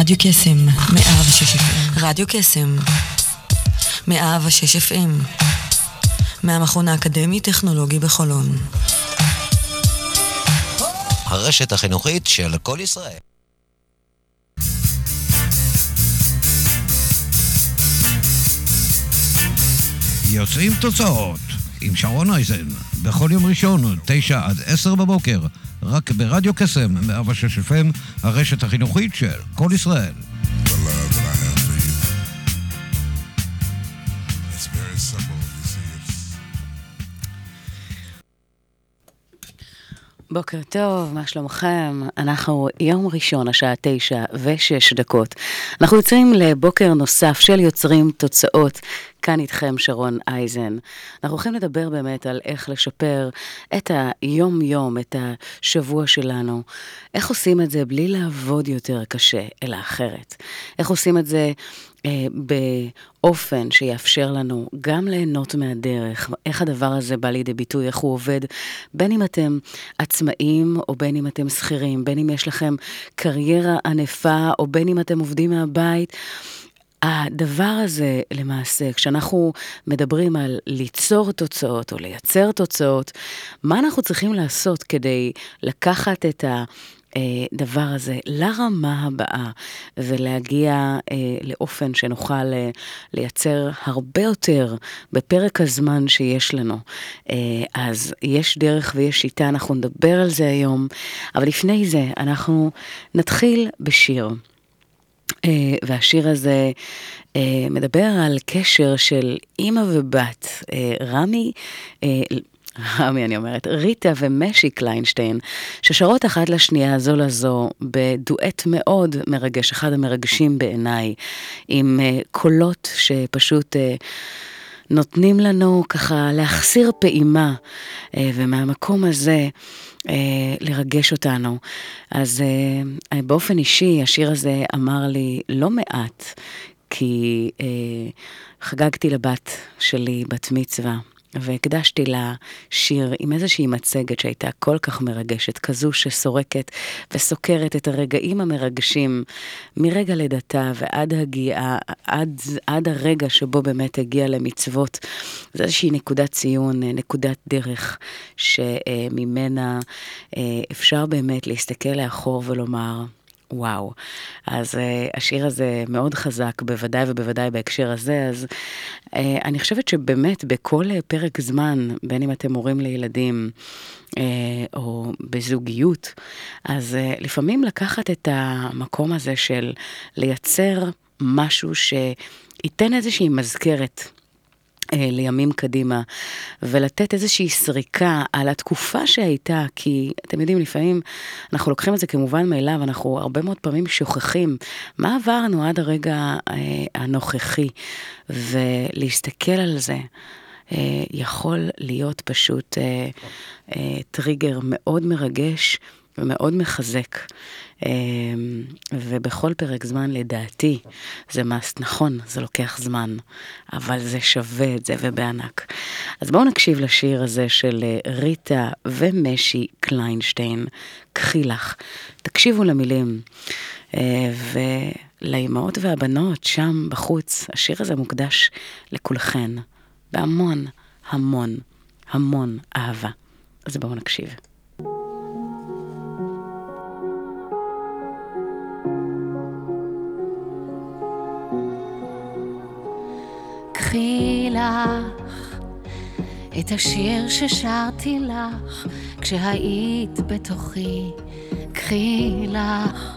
רדיו קסם 106 FM. רדיו קסם 106 FM. מהמכון האקדמי טכנולוגי בחולון. הרשת החינוכית של כל ישראל. יוצאים תוצאות עם שרון אייזן בכל יום ראשון 9 עד 10 בבוקר רק ברדיו קסם 106 FM, הרשת החינוכית של כל ישראל. בוקר טוב, מה שלומכם? אנחנו יום ראשון, השעה 9:06. אנחנו יוצאים לבוקר נוסף של יוצרים תוצאות. כאן איתכם שרון אייזן. אנחנו הולכים לדבר באמת על איך לשפר את היום-יום, את השבוע שלנו. איך עושים את זה בלי לעבוד יותר קשה, אלא אחרת. איך עושים את זה באופן שיאפשר לנו גם ליהנות מהדרך. איך הדבר הזה בא לידי ביטוי, איך הוא עובד, בין אם אתם עצמאים או בין אם אתם שכירים, בין אם יש לכם קריירה ענפה או בין אם אתם עובדים מהבית. הדבר הזה למעשה, כשאנחנו מדברים על ליצור תוצאות או לייצר תוצאות, מה אנחנו צריכים לעשות כדי לקחת את הדבר הזה לרמה הבאה ולהגיע לאופן שנוכל לייצר הרבה יותר בפרק הזמן שיש לנו. אז יש דרך ויש שיטה, אנחנו נדבר על זה היום, אבל לפני זה אנחנו נתחיל בשיר. והשיר הזה מדבר על קשר של אמא ובת, ריטה ומשי קליינשטיין, ששרות אחת לשנייה זו לזו בדואט מאוד מרגש, אחד המרגשים בעיניי, עם קולות שפשוט נותנים לנו ככה להחסיר פעימה, ומהמקום הזה לרגש אותנו. אז באופן אישי השיר הזה אמר לי לא מעט, כי חגגתי לבת שלי בת מצווה, והקדשתי לה שיר עם איזושהי מצגת שהייתה כל כך מרגשת, כזו שסורקת וסוקרת את הרגעים המרגשים מרגע לידתה ועד הגיעה, עד הרגע שבו באמת הגיעה למצוות. זו איזושהי נקודת ציון, נקודת דרך שממנה אפשר באמת להסתכל לאחור ולומר וואו. אז השיר הזה מאוד חזק, בוודאי ובוודאי בהקשר הזה. אז אני חושבת שבאמת בכל פרק זמן, בין אם אתם הורים לילדים או בזוגיות, אז לפעמים לקחת את המקום הזה של לייצר משהו שייתן איזושהי מזכרת לימים קדימה, ולתת איזושהי סריקה על התקופה שהייתה, כי אתם יודעים, לפעמים אנחנו לוקחים את זה כמובן מאליו, אנחנו הרבה מאוד פעמים שוכחים מה עברנו עד הרגע הנוכחי, ולהסתכל על זה יכול להיות פשוט טריגר מאוד מרגש ומאוד מחזק. ובכל פרק זמן לדעתי זה נכון, זה לוקח זמן, אבל זה שווה את זה ובענק. אז בואו נקשיב לשיר הזה של ריטה ומשי קליינשטיין, קחי לך. תקשיבו למילים ולאימהות והבנות שם בחוץ. השיר הזה מוקדש לכולכן בהמון המון המון אהבה. אז בואו נקשיב. קחי לך את השיר ששרתי לך כשהיית בתוכי. קחי לך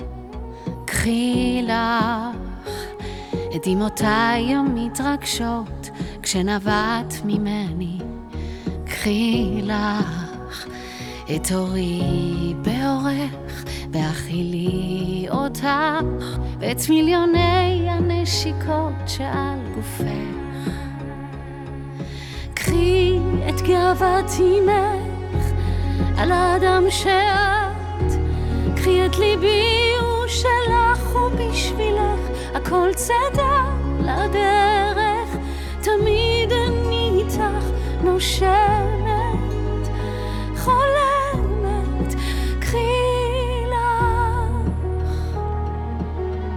את דמעותיי המתרגשות כשנבעת ממני. קחי לך את אורי באורך והאכילי אותך ואת מיליוני הנשיקות שעל גופך. קחי את גאוות אימך על האדם שאת, קחי את ליבי הוא שלך ובשבילך הכל צדה לדרך. תמיד אני איתך נושמת חולמת. קחי לך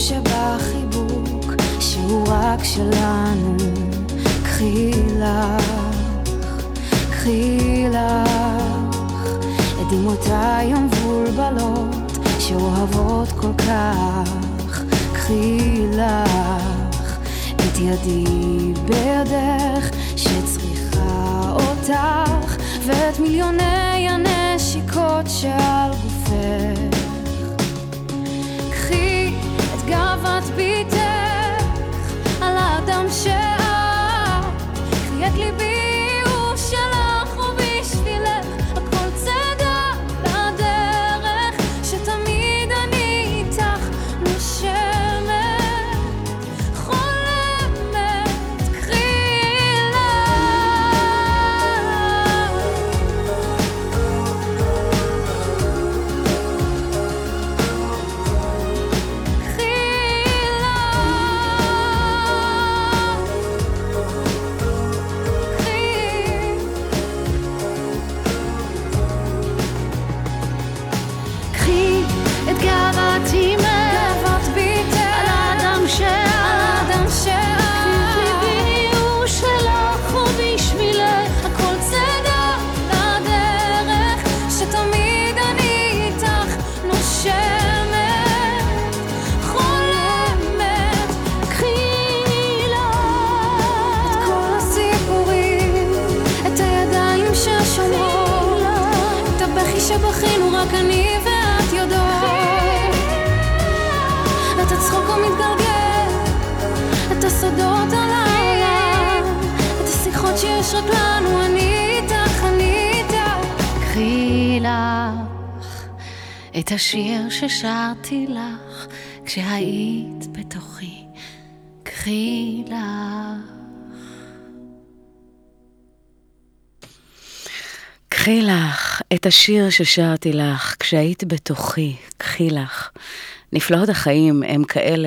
שבחיבוק שהוא רק שלנו, קחי לך, קחי לך את דמעותיי המבולבלות שאוהבות כל כך, קחי לך את ידי בידך שצריכה אותך ואת מיליוני הנשיקות שעל גופך, קחי את גאוות ביתך על האדם שאת, קחי את ליבי הוא שלך ובשבילך הכל צדה לדרך שתמיד אני איתך נושמת חולמת, קחי שבחינו רק אני ואת יודעות את הצחוק המתגלגל, את הסודות על העולם, את השיחות שיש רק לנו, אני איתך, אני איתך, קחי לך את השיר ששרתי לך כשהיית בתוכי, קחי לך. קחי לך את השיר ששרתי לך כשהיית בתוכי, קחי לך. נפלאות החיים הם כאלה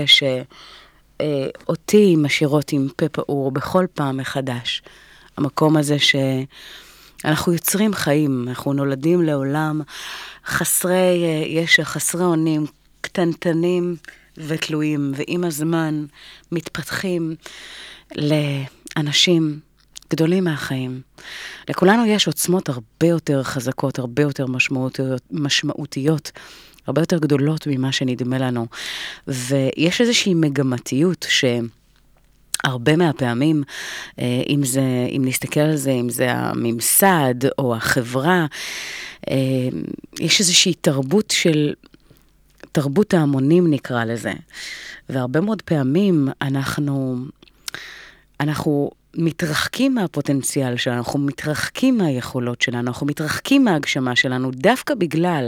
שאותי משאירות עם פה פעור בכל פעם מחדש. המקום הזה שאנחנו יוצרים חיים, אנחנו נולדים לעולם חסרי ישע, חסרי אונים, קטנטנים ותלויים, ועם הזמן מתפתחים לאנשים גדולים מהחיים. לכולנו יש עוצמות הרבה יותר חזקות, הרבה יותר משמעותיות, הרבה יותר גדולות ממה שנדמה לנו. ויש איזושהי מגמתיות שהרבה מהפעמים, אם נסתכל על זה, אם זה הממסד או החברה, יש איזושהי תרבות ההמונים נקרא לזה. והרבה מאוד פעמים אנחנו מתרחקים מהפוטנציאל שלנו, אנחנו מתרחקים מהיכולות שלנו, אנחנו מתרחקים מההגשמה שלנו, דווקא בגלל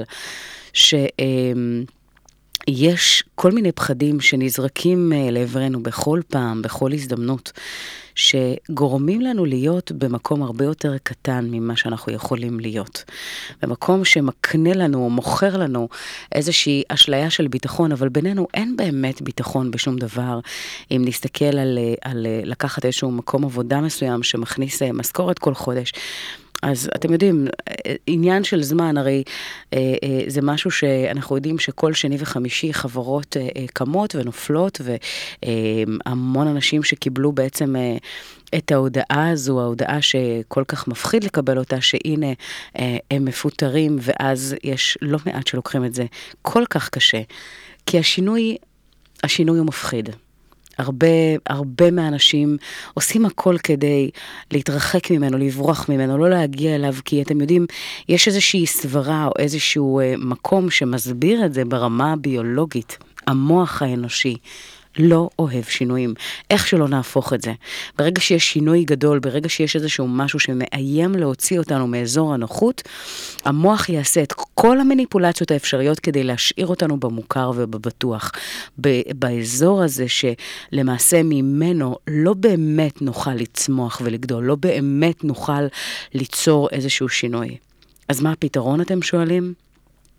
שיש כל מיני פחדים שנזרקים לעברנו בכל פעם, בכל הזדמנות, שגורמים לנו להיות במקום הרבה יותר קטן ממה שאנחנו יכולים להיות. במקום שמקנה לנו או מוכר לנו איזושהי אשליה של ביטחון, אבל בינינו אין באמת ביטחון בשום דבר. אם נסתכל על לקחת איזשהו מקום עבודה מסוים שמכניס משכורת כל חודש, אז אתם יודעים, עניין של זמן, הרי זה משהו שאנחנו יודעים שכל שני וחמישי חברות קמות ונופלות, והמון אנשים שקיבלו בעצם את ההודעה הזו, ההודעה שכל כך מפחיד לקבל אותה, שהנה הם מפוטרים, ואז יש לא מעט שלוקחים את זה כל כך קשה, כי השינוי הוא מפחיד. הרבה מהאנשים עושים הכל כדי להתרחק ממנו, לברוח ממנו, לא להגיע אליו, כי אתם יודעים, יש איזושהי סברה או איזשהו מקום שמסביר את זה ברמה הביולוגית. המוח האנושי לא אוהב שינויים. איך שלא נהפוך את זה. ברגע שיש שינוי גדול, ברגע שיש איזשהו משהו שמאיים להוציא אותנו מאזור הנוחות, המוח יעשה את כל המניפולציות האפשריות כדי להשאיר אותנו במוכר ובבטוח. באזור הזה שלמעשה ממנו לא באמת נוכל לצמוח ולגדול, לא באמת נוכל ליצור איזשהו שינוי. אז מה הפתרון אתם שואלים?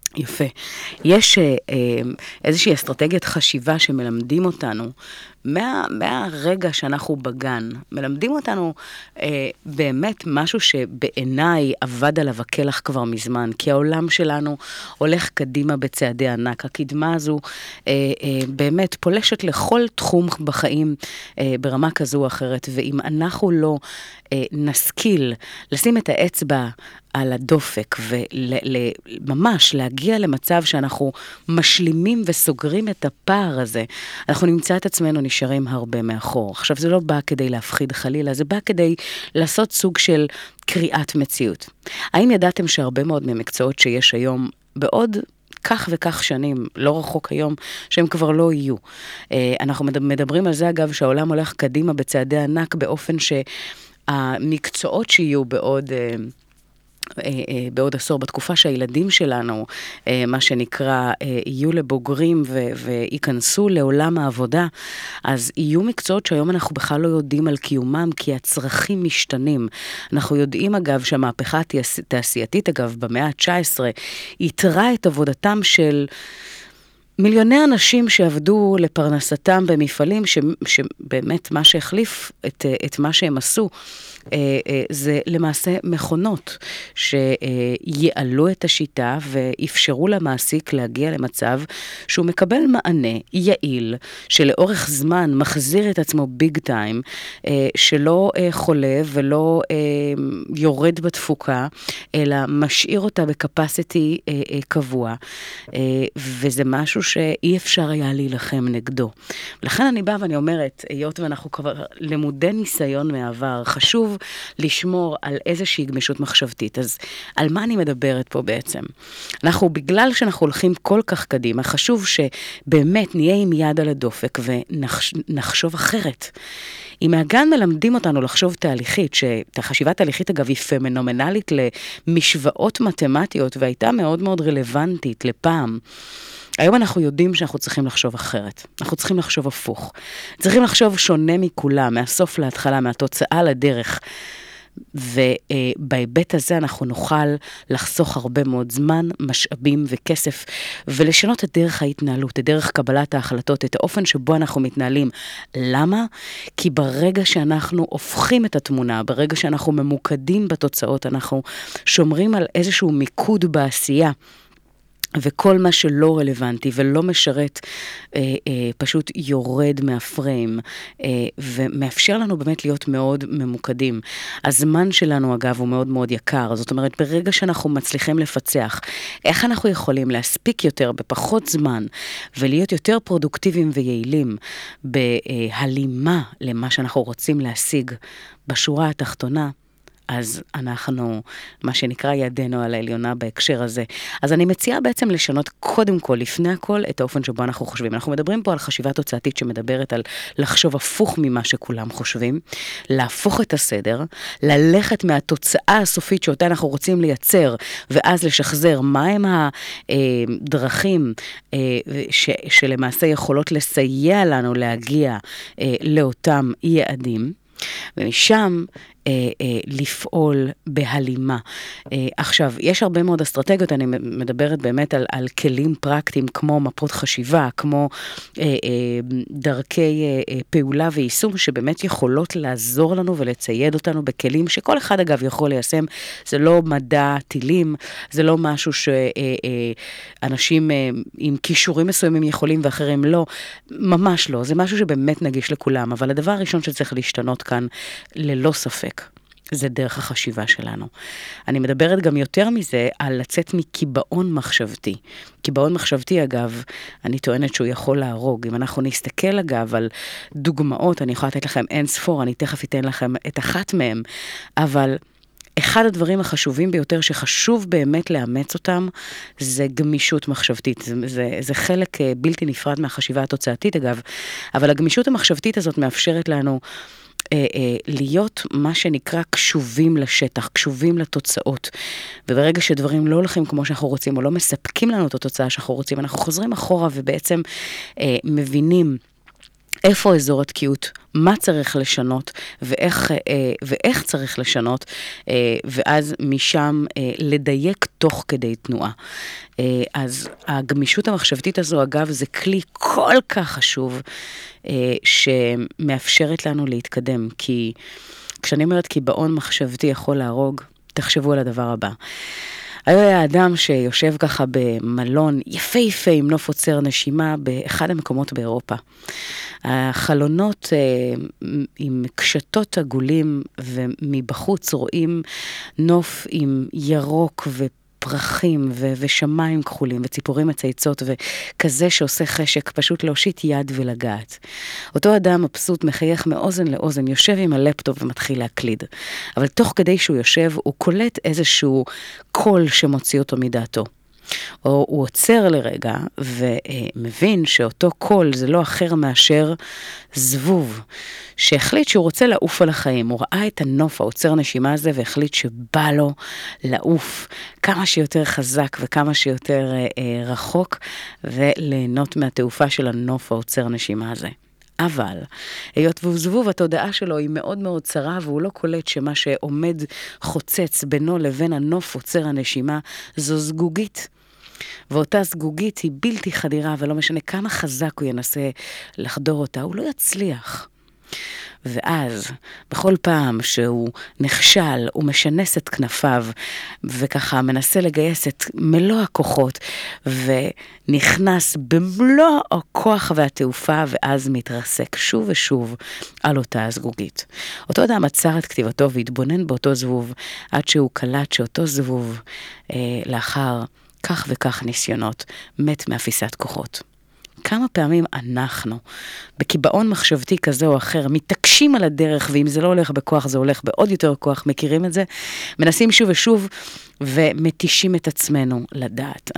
יפה. יש איזושהי אסטרטגיית חשיבה שמלמדים אותנו מהרגע שאנחנו בגן. מלמדים אותנו באמת משהו שבעיניי עבד עליו הכלח כבר מזמן, כי העולם שלנו הולך קדימה בצעדי ענק. הקדמה הזו באמת פולשת לכל תחום בחיים ברמה כזו או אחרת, ואם אנחנו לא נשכיל לשים את האצבע על הדופק וממש להגיע למצב שאנחנו משלימים וסוגרים את הפער הזה, אנחנו נמצא את עצמנו נשארים הרבה מאחור. עכשיו זה לא בא כדי להפחיד חלילה, זה בא כדי לעשות סוג של קריאת מציאות. האם ידעתם שהרבה מאוד ממקצועות שיש היום בעוד כך וכך שנים, לא רחוק היום, שהם כבר לא יהיו. אנחנו מדברים על זה אגב שהעולם הולך קדימה בצעדי ענק באופן שהמקצועות שיהיו בעוד עשור, בתקופה שהילדים שלנו, מה שנקרא, יהיו לבוגרים וייכנסו לעולם העבודה, אז יהיו מקצועות שהיום אנחנו בכלל לא יודעים על קיומם, כי הצרכים משתנים. אנחנו יודעים אגב שהמהפכה התעשייתית אגב במאה ה-19, יתרה את עבודתם של מיליוני אנשים שעבדו לפרנסתם במפעלים, שבאמת מה שהחליף את מה שהם עשו, זה למעשה מכונות שיעלו את השיטה ואפשרו למעסיק להגיע למצב שהוא מקבל מענה יעיל, שלאורך זמן מחזיר את עצמו ביג טיים, שלא חולה ולא יורד בתפוקה, אלא משאיר אותה בקפסיטי קבוע, וזה משהו שאי אפשר היה להילחם נגדו. לכן אני באה ואני אומרת, היות ואנחנו כבר למודי ניסיון מעבר, חשוב לשמור על איזושהי גמישות מחשבתית. אז על מה אני מדברת פה בעצם? בגלל שאנחנו הולכים כל כך קדימה, חשוב שבאמת נהיה עם יד על הדופק ונחשוב אחרת. אם מהגן מלמדים אותנו לחשוב תהליכית, שהחשיבה תהליכית אגב היא פנומנלית למשוואות מתמטיות, והייתה מאוד מאוד רלוונטית לפעם, היום אנחנו יודעים שאנחנו צריכים לחשוב אחרת. אנחנו צריכים לחשוב הפוך. צריכים לחשוב שונה מכולם, מהסוף להתחלה, מהתוצאה לדרך. ובהיבט הזה אנחנו נוכל לחסוך הרבה מאוד זמן, משאבים וכסף, ולשנות את דרך ההתנהלות, את דרך קבלת ההחלטות, את האופן שבו אנחנו מתנהלים. למה? כי ברגע שאנחנו הופכים את התמונה, ברגע שאנחנו ממוקדים בתוצאות, אנחנו שומרים על איזשהו מיקוד בעשייה, וכל מה שלא רלוונטי ולא משרת פשוט יורד מהפריים ומאפשר לנו באמת להיות מאוד ממוקדים. הזמן שלנו אגב הוא מאוד מאוד יקר, זאת אומרת ברגע שאנחנו מצליחים לפצח איך אנחנו יכולים להספיק יותר בפחות זמן ולהיות יותר פרודוקטיביים ויעילים בהלימה למה שאנחנו רוצים להשיג בשורה התחתונה, אז אנחנו, מה שנקרא ידנו על העליונה בהקשר הזה. אז אני מציעה בעצם לשנות קודם כל, לפני הכל, את האופן שבו אנחנו חושבים. אנחנו מדברים פה על חשיבה תוצאתית שמדברת על לחשוב הפוך ממה שכולם חושבים, להפוך את הסדר, ללכת מהתוצאה הסופית שאותה אנחנו רוצים לייצר, ואז לשחזר מהם הדרכים שלמעשה יכולות לסייע לנו להגיע לאותם יעדים, ומשם לפעול בהלימה. עכשיו, יש הרבה מאוד אסטרטגיות, אני מדברת באמת על כלים פרקטיים, כמו מפות חשיבה, כמו דרכי פעולה ויישום, שבאמת יכולות לעזור לנו ולצייד אותנו בכלים, שכל אחד אגב יכול ליישם. זה לא מדע טילים, זה לא משהו שאנשים עם כישורים מסוימים יכולים ואחרים לא, ממש לא, זה משהו שבאמת נגיש לכולם, אבל הדבר הראשון שצריך להשתנות כאן, ללא ספק, זה דרך החשיבה שלנו. אני מדברת גם יותר מזה על לצאת מקיבעון מחשבתי. קיבעון מחשבתי אגב, אני טוענת שהוא יכול להרוג. אם אנחנו נסתכל אגב על דוגמאות, אני יכולה לתת לכם אין ספור, אני תכף אתן לכם את אחת מהם, אבל אחד הדברים החשובים ביותר שחשוב באמת לאמץ אותם, זה גמישות מחשבתית. זה חלק בלתי נפרד מהחשיבה התוצאתית אגב, אבל הגמישות המחשבתית הזאת מאפשרת לנו להיות מה שנקרא קשובים לשטח, קשובים לתוצאות. וברגע שדברים לא הולכים כמו שאנחנו רוצים, או לא מספקים לנו את התוצאה שאנחנו רוצים, אנחנו חוזרים אחורה ובעצם מבינים איפה אזור התקיעות, מה צריך לשנות ואיך צריך לשנות, ואז משם לדייק תוך כדי תנועה. אז הגמישות המחשבתית הזו, אגב, זה כלי כל כך חשוב שמאפשרת לנו להתקדם, כי כשאני אומרת קיבעון מחשבתי יכול להרוג, תחשבו על הדבר הבא. היה אדם שיושב ככה במלון יפהפה עם נוף עוצר נשימה באחד המקומות באירופה. החלונות עם קשתות עגולים ומבחוץ רואים נוף עם ירוק ופרחים ושמיים כחולים וציפורים מצייצות וכזה שעושה חשק פשוט להושיט יד ולגעת. אותו אדם מבסוט מחייך מאוזן לאוזן, יושב עם הלפטופ ומתחיל להקליד. אבל תוך כדי שהוא יושב הוא קולט איזשהו קול שמוציא אותו מדעתו. או הוא עוצר לרגע ומבין שאותו קול זה לא אחר מאשר זבוב, שהחליט שהוא רוצה לעוף על החיים. הוא ראה את הנוף העוצר נשימה הזה והחליט שבא לו לעוף כמה שיותר חזק וכמה שיותר רחוק וליהנות מהתעופה של הנוף העוצר נשימה הזה. אבל היות והוא זבוב, התודעה שלו היא מאוד מאוד צרה, והוא לא קולט שמה שעומד חוצץ בינו לבין הנוף עוצר הנשימה זו זגוגית. ואותה זגוגית היא בלתי חדירה, ולא משנה כמה חזק הוא ינסה לחדור אותה, הוא לא יצליח. ואז, בכל פעם שהוא נכשל, הוא משנס את כנפיו, וככה מנסה לגייס את מלוא הכוחות, ונכנס במלוא הכוח והתעופה, ואז מתרסק שוב ושוב על אותה הזגוגית. אותו אדם עצר את כתיבתו והתבונן באותו זבוב, עד שהוא קלט שאותו זבוב, לאחר כך וכך ניסיונות, מת מאפיסת כוחות. כמה פעמים אנחנו, בקיבעון מחשבתי כזה או אחר, מתעקשים על הדרך, ואם זה לא הולך בכוח, זה הולך בעוד יותר כוח, מכירים את זה? מנסים שוב ושוב, ומתישים את עצמנו לדעת.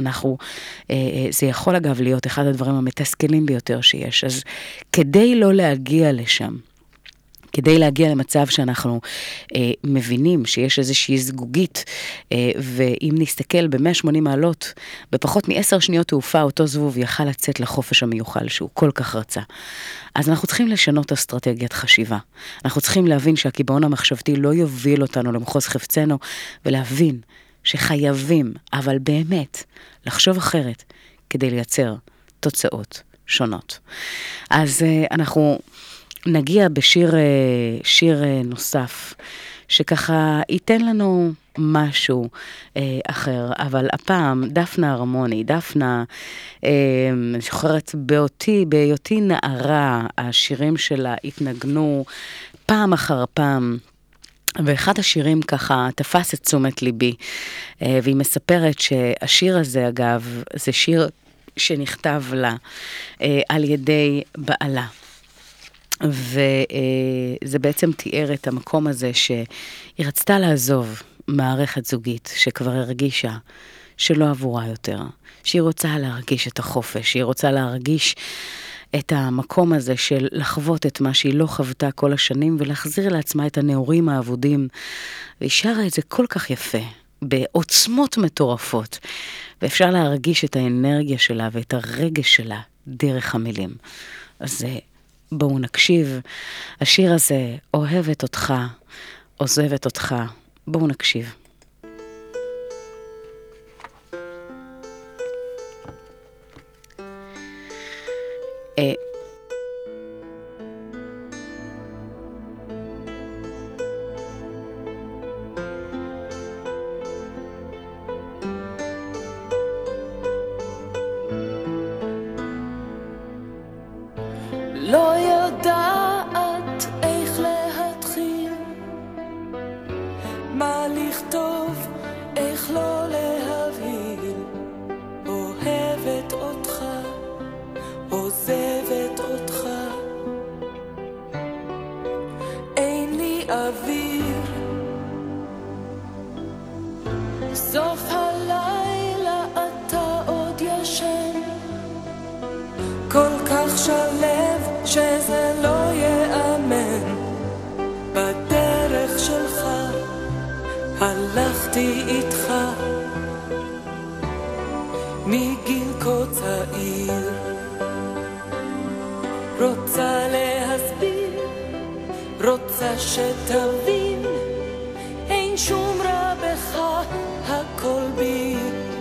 זה יכול אגב להיות אחד הדברים המתסכלים ביותר שיש, אז כדי לא להגיע לשם, כדי להגיע למצב שאנחנו מבינים שיש איזושהי זגוגית, ואם נסתכל ב-180 מעלות, בפחות מ10 שניות תעופה, אותו זבוב יכל לצאת לחופש המיוחל שהוא כל כך רצה. אז אנחנו צריכים לשנות אסטרטגיית חשיבה. אנחנו צריכים להבין שהקיבעון המחשבתי לא יוביל אותנו למחוז חפצנו, ולהבין שחייבים, אבל באמת, לחשוב אחרת, כדי לייצר תוצאות שונות. אז אנחנו נגיע שיר נוסף, שככה ייתן לנו משהו אחר, אבל הפעם דפנה הרמוני, דפנה, אני זוכרת בהיותי נערה, השירים שלה התנגנו פעם אחר פעם, ואחד השירים ככה תפס את תשומת ליבי, והיא מספרת שהשיר הזה אגב, זה שיר שנכתב לה על ידי בעלה. וזה בעצם תיאר את המקום הזה שהיא רצתה לעזוב מערכת זוגית שכבר הרגישה שלא עבורה יותר, שהיא רוצה להרגיש את החופש, שהיא רוצה להרגיש את המקום הזה של לחוות את מה שהיא לא חוותה כל השנים ולהחזיר לעצמה את הנעורים העבודים, והיא שרה את זה כל כך יפה, בעוצמות מטורפות, ואפשר להרגיש את האנרגיה שלה ואת הרגש שלה דרך המילים. אז בואו נקשיב, השיר הזה, אוהבת אותך, עוזבת אותך, בואו נקשיב. לא יודעת איך להתחיל, מה לכתוב, איך לא להבהיל. אוהבת אותך, עוזבת אותך, אין לי אוויר. סוף הלילה אתה עוד ישן, כל כך שלב שזה לא יאמן. בדרך שלך הלכתי איתך מגיל כה צעיר. רוצה להסביר, רוצה שתבין, אין שום רע בך, הכל בי.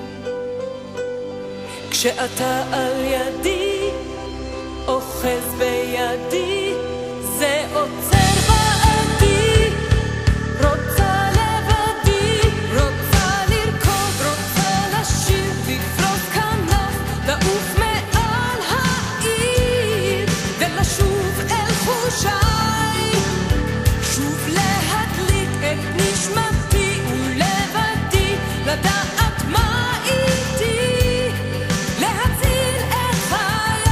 כשאתה על ידי, אוחז בידי, זה עוצר בעדי. רוצה לבדי, רוצה לרקוד, רוצה לשיר, לפרוס כנף, לעוף מעל העיר, ולשוב אל חושיי, שוב להדליק את נשמתי ולבדי, לדעת מה איתי, להציל את חיי.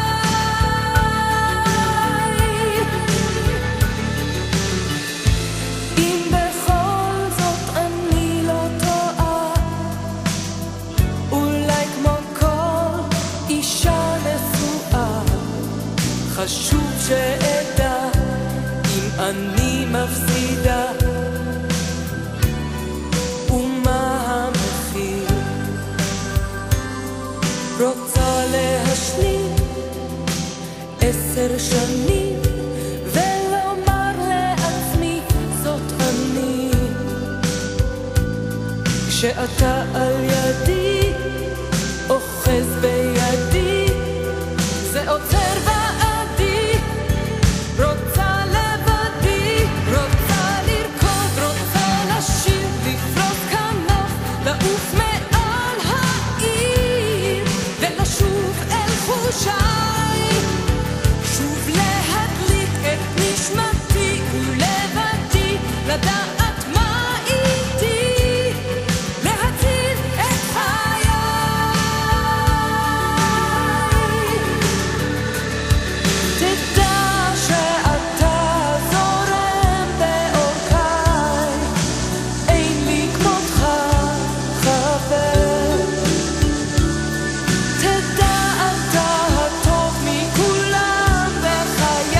אם בכל זאת אני לא טועה, אולי כמו כל אישה נשואה, חשוב שאדע אם אני מפסידה ומה המחיר. רוצה להשלים 10 שנים ולומר לעצמי זאת אני. כשאתה על ידי, אוחז בידי, זה עוצר בעדי. רוצה לבדי, רוצה לרקוד, רוצה לשיר, לפרוס כנף, לעוף מעל העיר, ולשוב אל חושיי, שוב להדליק את נשמתי ולבדי, לדעת מה איתי, להציל את חיי. תדע שאתה זורם באורכיי, אין לי כמותך חבר. תדע אתה הטוב מכולם בחיי,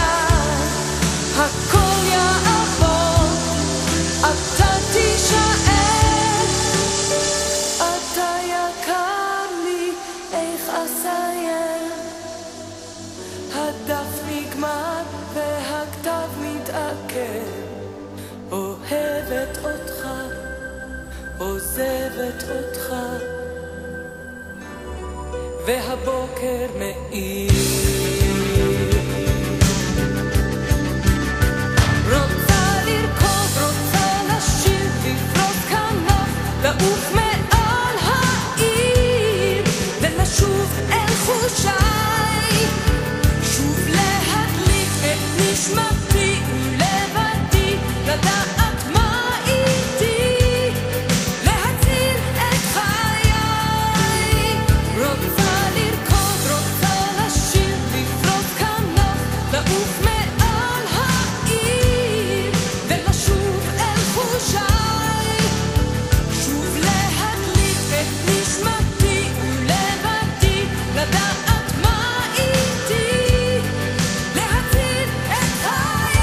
הכל יעבור, אתה תישאר. אתה יקר לי, איך אסיים? הדף נגמר והכתב מתעכב, אוהבת אותך, עוזבת אותך, והבוקר מאיר. רוצה לרקוד, רוצה לשיר, לפרוס כנף, לעוף מעל העיר, ולשוב אל חושיי, שוב להדליק את נשמתי ולבדי, לדעת מה איתי, להציל את חיי. רוצה לרקוד, רוצה לשיר, לפרוס כנף, לעוף מעל העיר, ולשוב אל חושיי, שוב להדליק את נשמתי ולבדי, לדעת מה איתי, להציל את חיי.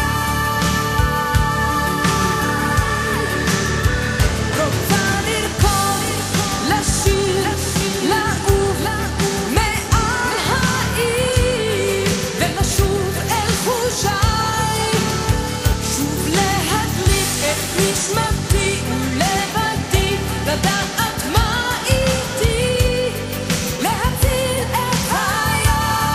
רוצה לרקוד, לשיר, לעוף מעל העיר, ולשוב אל חושיי, שוב להדליק את נשמתי ולבדי, לדעת מה איתי, להציל את חיי.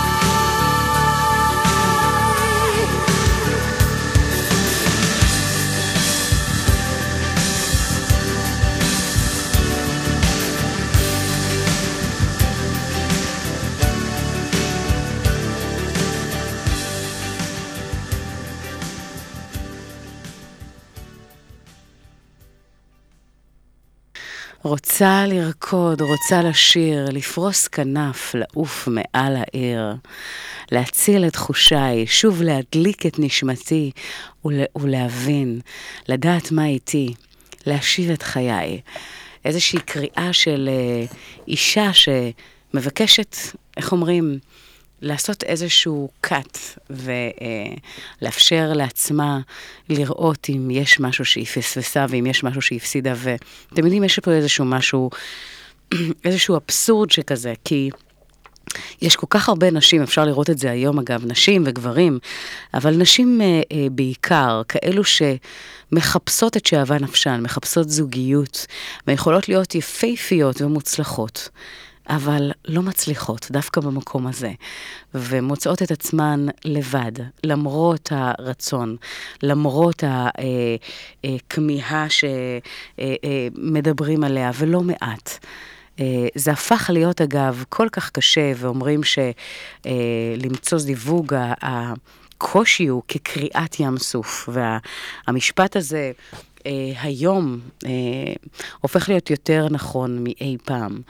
רוצה לרקוד, רוצה לשיר, לפרוס כנף, לעוף מעל העיר, להציל את חושיי, שוב להדליק את נשמתי ולהבין, לדעת מה איתי, להשיב את חיי. איזושהי קריאה של אישה שמבקשת, איך אומרים, לעשות איזשהו קאט ולאפשר לעצמה לראות אם יש משהו שהיא פספסה ואם יש משהו שהיא הפסידה, ואתם יודעים, יש פה איזשהו משהו, איזשהו אבסורד שכזה, כי יש כל כך הרבה נשים, אפשר לראות את זה היום אגב, נשים וגברים, אבל נשים בעיקר, כאלו שמחפשות את שאהבה נפשן, מחפשות זוגיות, ויכולות להיות יפהפיות ומוצלחות, אבל לא מצליחות, דווקא במקום הזה, ומוצאות את עצמן לבד, למרות הרצון, למרות הכמיהה שמדברים עליה, ולא מעט. זה הפך להיות אגב כל כך קשה, ואומרים שלמצוא זיווג, הקושי הוא כקריאת ים סוף, והמשפט הזה היום הופך להיות יותר נכון מאי פעם,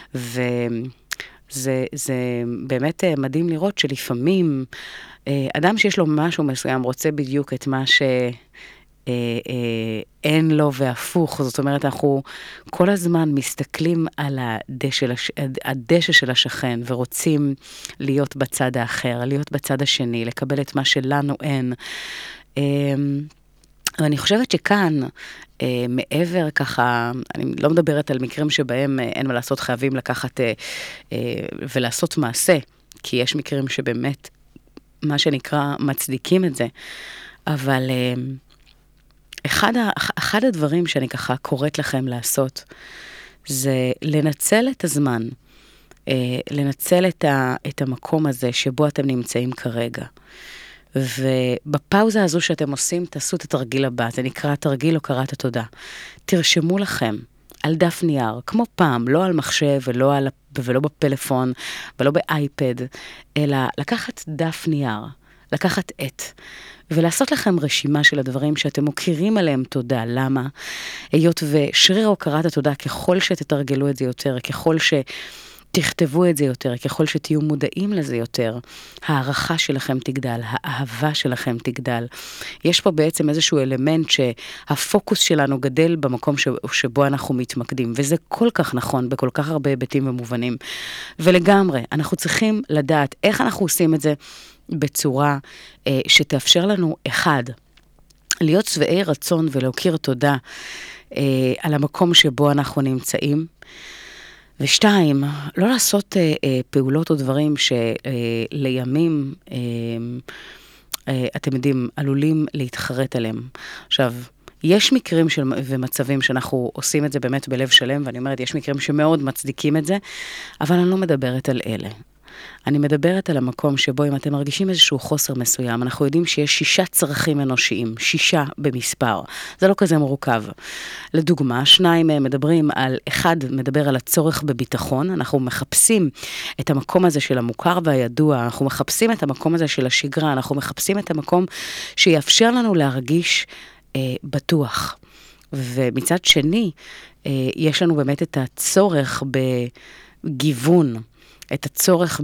וזה באמת מדהים לראות שלפעמים אדם שיש לו משהו מסוים רוצה בדיוק את מה אין לו והפוך, זאת אומרת, אנחנו כל הזמן מסתכלים על הדשא של השכן, ורוצים להיות בצד האחר, להיות בצד השני, לקבל את מה שלנו אין. ואני חושבת שכאן, מעבר ככה, אני לא מדברת על מקרים שבהם אין מה לעשות, חייבים לקחת ולעשות מעשה, כי יש מקרים שבאמת, מה שנקרא, מצדיקים את זה, אבל אחד הדברים שאני ככה קוראת לכם לעשות, זה לנצל את הזמן, לנצל את המקום הזה שבו אתם נמצאים כרגע. ובפאוזה הזו שאתם עושים, תעשו את התרגיל הבא, זה נקרא תרגיל הוקרת התודה. תרשמו לכם על דף נייר, כמו פעם, לא על מחשב ולא בפלאפון ולא באייפד, אלא לקחת דף נייר, לקחת ולעשות לכם רשימה של הדברים שאתם מוכירים עליהם תודה. למה? היות ושריר הוקרת התודה, ככל שתתרגלו את זה יותר, ככל שתכתבו את זה יותר, ככל שתהיו מודעים לזה יותר, הערכה שלכם תגדל, האהבה שלכם תגדל. יש פה בעצם איזשהו אלמנט שהפוקוס שלנו גדל במקום שבו אנחנו מתמקדים, וזה כל כך נכון בכל כך הרבה היבטים ומובנים. ולגמרי, אנחנו צריכים לדעת איך אנחנו עושים את זה, בצורה שתאפשר לנו, אחד, להיות שבעי רצון ולהוקיר תודה על המקום שבו אנחנו נמצאים, ושתיים, לא לעשות פעולות או דברים שלימים, אתם יודעים, עלולים להתחרט עליהם. עכשיו, יש מקרים ומצבים שאנחנו עושים את זה באמת בלב שלם, ואני אומרת, יש מקרים שמאוד מצדיקים את זה, אבל אני לא מדברת על אלה. אני מדברת על המקום שבו אם אתם מרגישים איזשהו חוסר מסוים, אנחנו יודעים שיש 6 צרכים אנושיים, 6 במספר. זה לא כזה מורכב. לדוגמה, 2 מדברים על, 1 מדבר על הצורך בביטחון, אנחנו מחפשים את המקום הזה של המוכר והידוע, אנחנו מחפשים את המקום הזה של השגרה, אנחנו מחפשים את המקום שיאפשר לנו להרגיש בטוח. ומצד שני, יש לנו באמת את הצורך בגיוון, את הצורך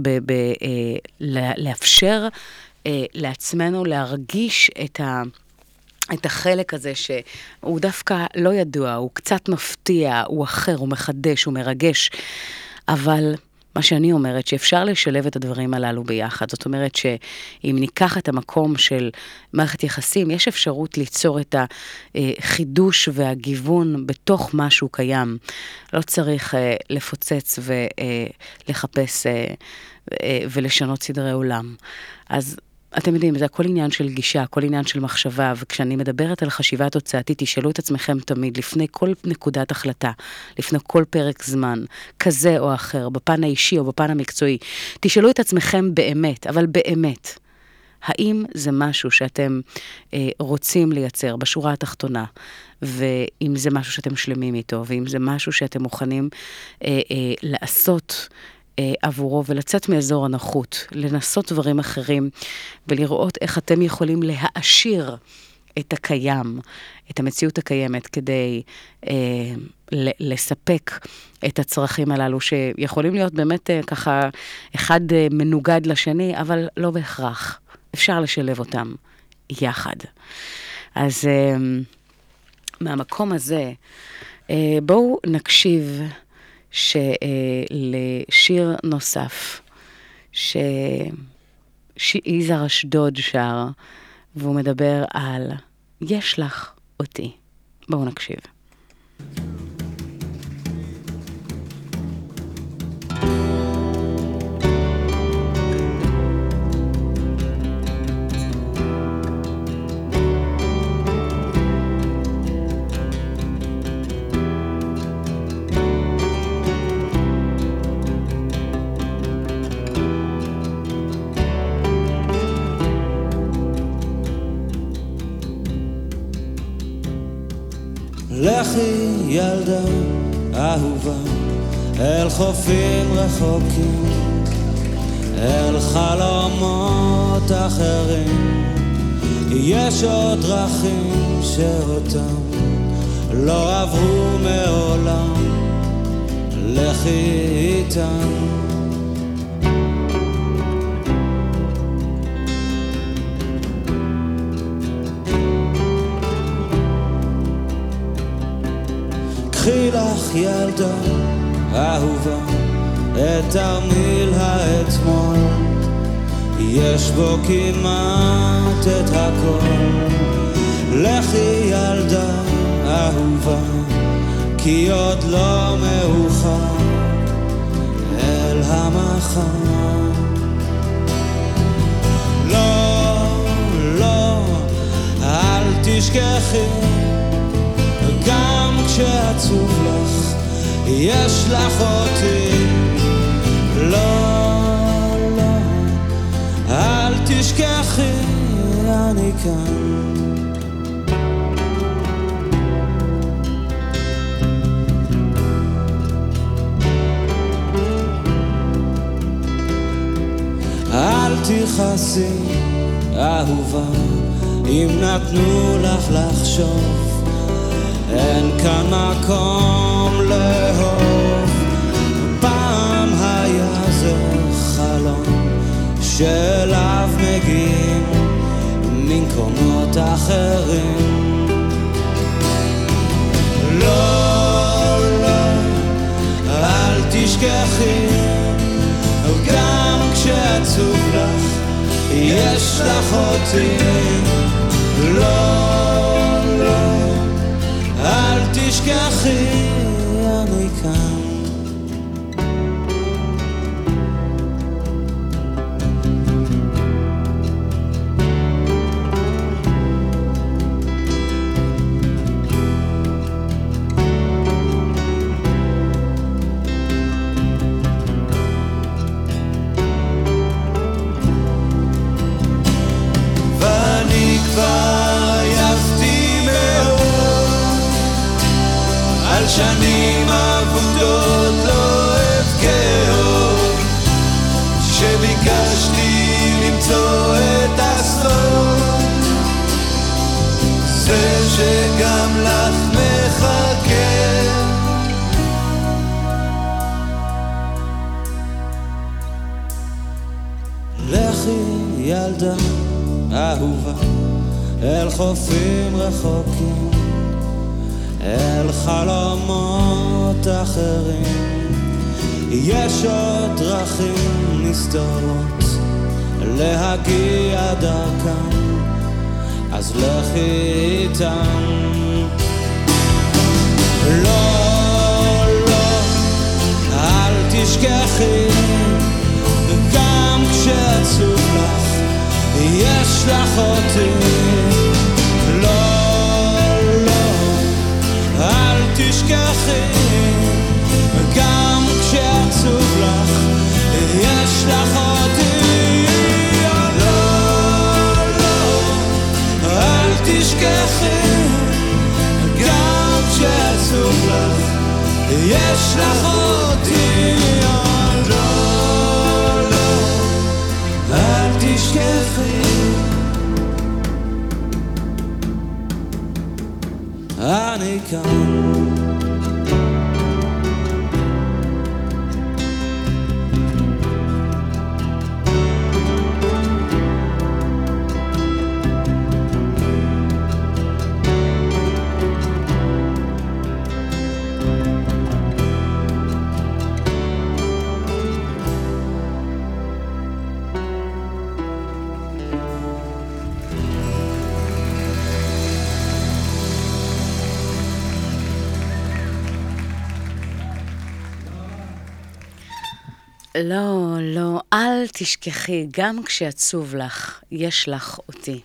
לאפשר לעצמנו להרגיש את החלק הזה שהוא דווקא לא ידוע, הוא קצת מפתיע, הוא אחר, הוא מחדש, הוא מרגש, אבל מה שאני אומרת, שאפשר לשלב את הדברים הללו ביחד. זאת אומרת שאם ניקח את המקום של מערכת יחסים, יש אפשרות ליצור את החידוש והגיוון בתוך משהו קיים. לא צריך לפוצץ ולחפש ולשנות סדרי עולם. אז אתם יודעים, זה הכל עניין של גישה, הכל עניין של מחשבה, וכשאני מדברת על חשיבה תוצאתית, תשאלו את עצמכם תמיד, לפני כל נקודת החלטה, לפני כל פרק זמן, כזה או אחר, בפן האישי או בפן המקצועי, תשאלו את עצמכם באמת, אבל באמת, האם זה משהו שאתם רוצים לייצר בשורה התחתונה, ואם זה משהו שאתם שלמים איתו, ואם זה משהו שאתם מוכנים לעשות עבורו ולצאת מאזור הנוחות, לנסות דברים אחרים ולראות איך אתם יכולים להעשיר את הקיים, את המציאות הקיימת כדי לספק את הצרכים הללו שיכולים להיות באמת ככה אחד מנוגד לשני, אבל לא בהכרח. אפשר לשלב אותם יחד. אז מהמקום הזה, בואו נקשיב לשיר נוסף, שיזהר אשדוד שר, והוא מדבר על יש לך אותי. בואו נקשיב. לכי ילדה אהובה אל חופים רחוקים, אל חלומות אחרים. יש עוד דרכים שאותם לא עברו מעולם, לכי איתן. קחי לך ילדה אהובה את תרמיל האתמול, יש בו כמעט את הכל. לכי ילדה אהובה כי עוד לא מאוחר אל המחר. לא, לא, אל תשכחי גם כשעצוב לך יש לך אותי. לא, לא, אל תשכחי אני כאן. אל תכעסי אהובה אם נתנו לך לחשוב, אין כאן מקום לאהוב. פעם היה זה חלום שאליו מגיעים ממקומות אחרים. לא, לא, אל תשכחי גם כשעצוב לך יש לך אותי. לא, לא, אל תשכחי אני כאן. ואני כבר יפתי מאוד על שנים אבודות לא אבכה עוד, שביקשתי למצוא את הסוף, זה שגם לך מחכה. לכי ילדה אהובה אל חופים רחוקים, אל חלומות אחרים. יש עוד דרכים נסתרות להגיע דרכם, אז לכי איתם. לא, לא, אל תשכחי גם כשעצוב לך יש לך אותי. לא, אל תשכחי גם כשעצוב לך יש לך אותי. לא, לא, אל תשכחי גם כשעצוב לך יש לך אותי. לא, לא, אל תשכחי אני כאן. לא, לא, אל תשכחי, גם כשעצוב לך, יש לך אותי.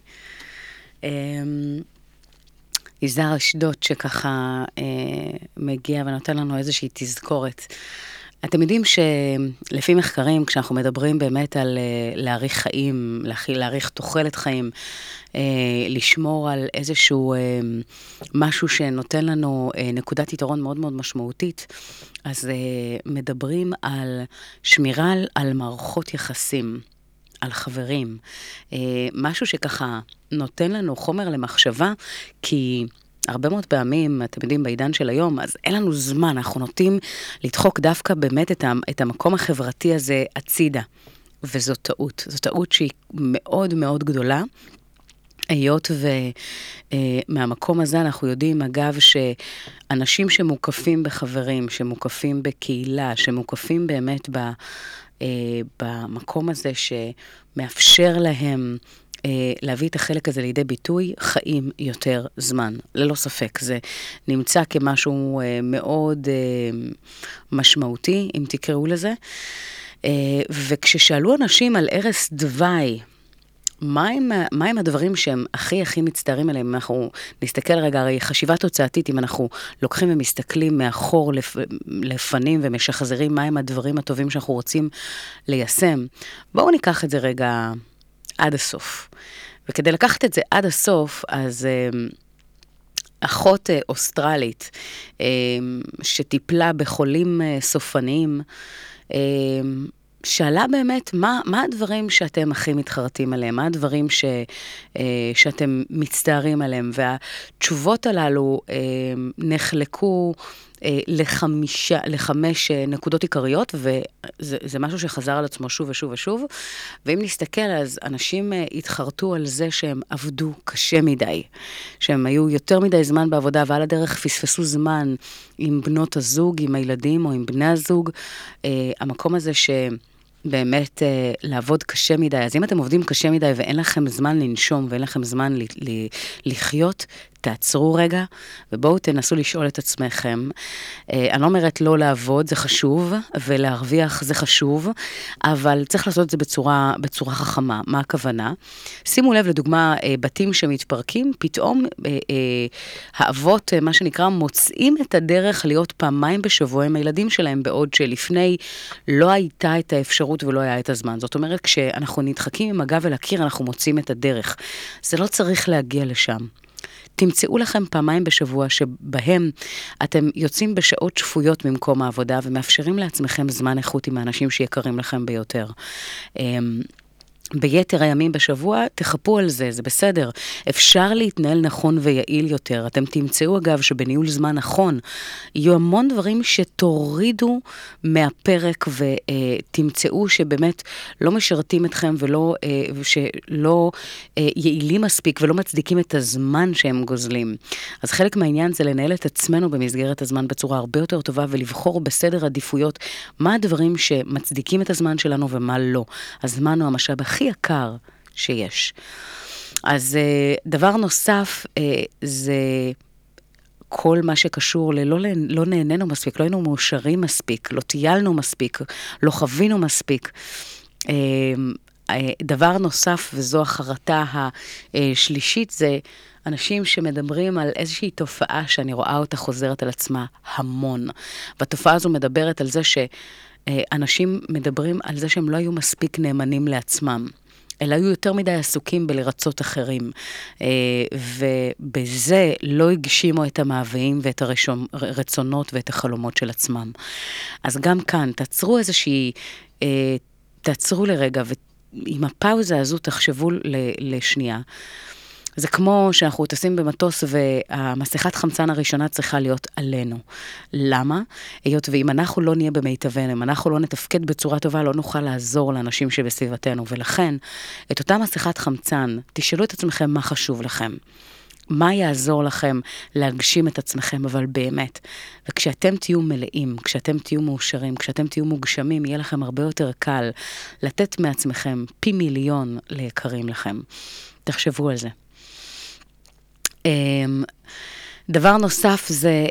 יזהר אשדות שככה מגיע ונותן לנו איזושהי תזכורת אתם יודעים שלפי מחקרים, כשאנחנו מדברים באמת על להאריך חיים, להאריך תוחלת חיים, לשמור על איזשהו משהו שנותן לנו נקודת יתרון מאוד מאוד משמעותית, אז מדברים על שמירה על מערכות יחסים, על חברים, משהו שככה נותן לנו חומר למחשבה, כי הרבה מאוד פעמים, אתם יודעים, בעידן של היום, אז אין לנו זמן, אנחנו נוטים לדחוק דווקא באמת את המקום החברתי הזה הצידה. וזו טעות. זו טעות שהיא מאוד מאוד גדולה. היות ומהמקום הזה אנחנו יודעים, אגב, שאנשים שמוקפים בחברים, שמוקפים בקהילה, שמוקפים באמת במקום הזה שמאפשר להם להביא את החלק הזה לידי ביטוי, חיים יותר זמן. ללא ספק, זה נמצא כמשהו מאוד משמעותי, אם תקראו לזה. וכששאלו אנשים על ערש דווי, מה הם הדברים שהם הכי מצטערים עליהם? אם אנחנו נסתכל רגע, הרי חשיבה תוצאתית, אם אנחנו לוקחים ומסתכלים מאחור לפנים ומשחזרים מה הם הדברים הטובים שאנחנו רוצים ליישם, בואו ניקח את זה רגע עד הסוף. וכדי לקחת את זה עד הסוף, אז אחות אוסטרלית שטיפלה בחולים סופניים, שאלה באמת, מה הדברים שאתם הכי מתחרטים עליהם? מה הדברים שאתם מצטערים עליהם? והתשובות הללו נחלקו לחמש נקודות עיקריות, וזה משהו שחזר על עצמו שוב ושוב ושוב. ואם נסתכל, אז אנשים התחרטו על זה שהם עבדו קשה מדי, שהם היו יותר מדי זמן בעבודה, ועל הדרך פספסו זמן עם בנות הזוג, עם הילדים או עם בני הזוג. המקום הזה באמת לעבוד קשה מדי. אז אם אתם עובדים קשה מדי ואין לכם זמן לנשום ואין לכם זמן לחיות, תעצרו רגע ובואו תנסו לשאול את עצמכם. אני לא אומרת לא לעבוד, זה חשוב, ולהרוויח זה חשוב, אבל צריך לעשות את זה בצורה חכמה. מה הכוונה? שימו לב לדוגמה, בתים שמתפרקים, פתאום האבות, מה שנקרא, מוצאים את הדרך להיות פעמיים בשבוע עם הילדים שלהם, בעוד שלפני לא הייתה את האפשרות ולא היה את הזמן. זאת אומרת, כשאנחנו נדחקים עם הגב אל הקיר, אנחנו מוצאים את הדרך. זה לא צריך להגיע לשם. תמצאו לכם פעמיים בשבוע שבהם אתם יוצאים בשעות שפויות ממקום העבודה ומאפשרים לעצמכם זמן איכות עם האנשים שיקרים לכם ביותר. ביתר הימים בשבוע, תחפו על זה, זה בסדר. אפשר להתנהל נכון ויעיל יותר. אתם תמצאו אגב שבניהול זמן נכון, יהיו המון דברים שתורידו מהפרק ותמצאו שבאמת לא משרתים אתכם שלא יעילים מספיק ולא מצדיקים את הזמן שהם גוזלים. אז חלק מהעניין זה לנהל את עצמנו במסגרת הזמן בצורה הרבה יותר טובה ולבחור בסדר עדיפויות מה הדברים שמצדיקים את הזמן שלנו ומה לא. הזמן הוא המשאב הכי יקר שיש. אז דבר נוסף זה כל מה שקשור לא נהנינו מספיק, לא היינו מאושרים מספיק, לא טיילנו מספיק, לא חווינו מספיק. דבר נוסף, וזו החרטה השלישית, זה אנשים שמדברים על איזושהי תופעה שאני רואה אותה חוזרת על עצמה המון. והתופעה הזו מדברת על זה שאנשים מדברים על זה שהם לא היו מספיק נאמנים לעצמם. אלא היו יותר מדי עסוקים בלרצות אחרים, ובזה לא הגשימו את המאוויים ואת הרצונות ואת החלומות של עצמם. אז גם כאן, תעצרו לרגע, ועם הפאוזה הזו תחשבו לשנייה. זה כמו שאנחנו טסים במטוס והמסכת חמצן הראשונה צריכה להיות עלינו. למה? היות ואם אנחנו לא נהיה במיטבנו, אם אנחנו לא נתפקד בצורה טובה, לא נוכל לעזור לאנשים שבסביבתנו. ולכן, את אותה מסכת חמצן, תשאלו את עצמכם מה חשוב לכם. מה יעזור לכם להגשים את עצמכם, אבל באמת. וכשאתם תהיו מלאים, כשאתם תהיו מאושרים, כשאתם תהיו מוגשמים, יהיה לכם הרבה יותר קל לתת מעצמכם פי מיליון ליקרים לכם. תחשבו על זה. דבר נוסף זה,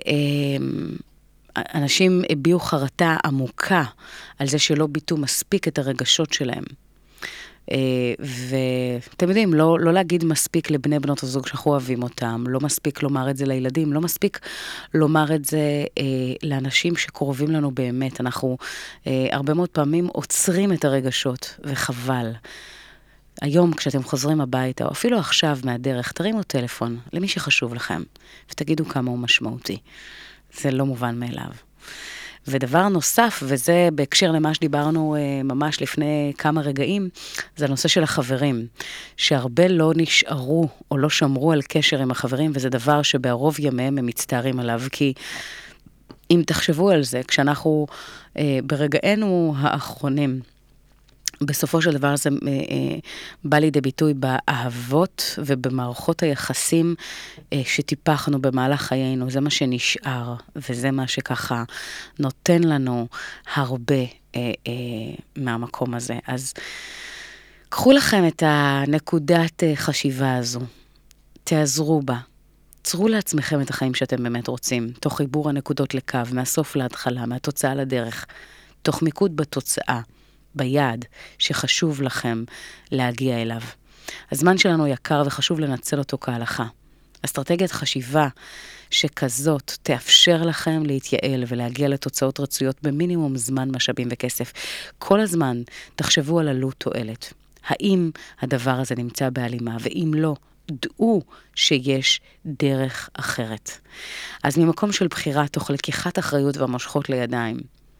אנשים הביעו חרטה עמוקה על זה שלא ביטו מספיק את הרגשות שלהם. ואתם יודעים, לא להגיד מספיק לבני בנות הזוג שאנחנו אוהבים אותם, לא מספיק לומר את זה לילדים, לא מספיק לומר את זה לאנשים שקרובים לנו באמת. אנחנו הרבה מאוד פעמים עוצרים את הרגשות, וחבל. היום כשאתם חוזרים הביתה, או אפילו עכשיו מהדרך, תרימו טלפון למי שחשוב לכם, ותגידו כמה הוא משמעותי. זה לא מובן מאליו. ודבר נוסף, וזה בהקשר למה שדיברנו ממש לפני כמה רגעים, זה הנושא של החברים, שהרבה לא נשארו או לא שמרו על קשר עם החברים, וזה דבר שבערוב ימיהם הם מצטערים עליו, כי אם תחשבו על זה, כשאנחנו ברגענו האחרונים, בסופו של דבר זה בא לידי ביטוי באהבות ובמערכות היחסים שטיפחנו במהלך חיינו. זה מה שנשאר, וזה מה שככה נותן לנו הרבה מהמקום הזה. אז קחו לכם את הנקודת חשיבה הזו, תעזרו בה, צרו לעצמכם את החיים שאתם באמת רוצים, תוך חיבור הנקודות לקו, מהסוף להתחלה, מהתוצאה לדרך, תוך מיקוד בתוצאה. ביעד שחשוב לכם להגיע אליו. הזמן שלנו יקר וחשוב לנצל אותו כהלכה. אסטרטגיית חשיבה שכזאת תאפשר לכם להתייעל ולהגיע לתוצאות רצויות במינימום זמן, משאבים וכסף. כל הזמן תחשבו על עלות תועלת. האם הדבר הזה נמצא בהלימה, ואם לא, דעו שיש דרך אחרת. אז ממקום של בחירה תוך לקיחת אחריות והמושכות לידיים,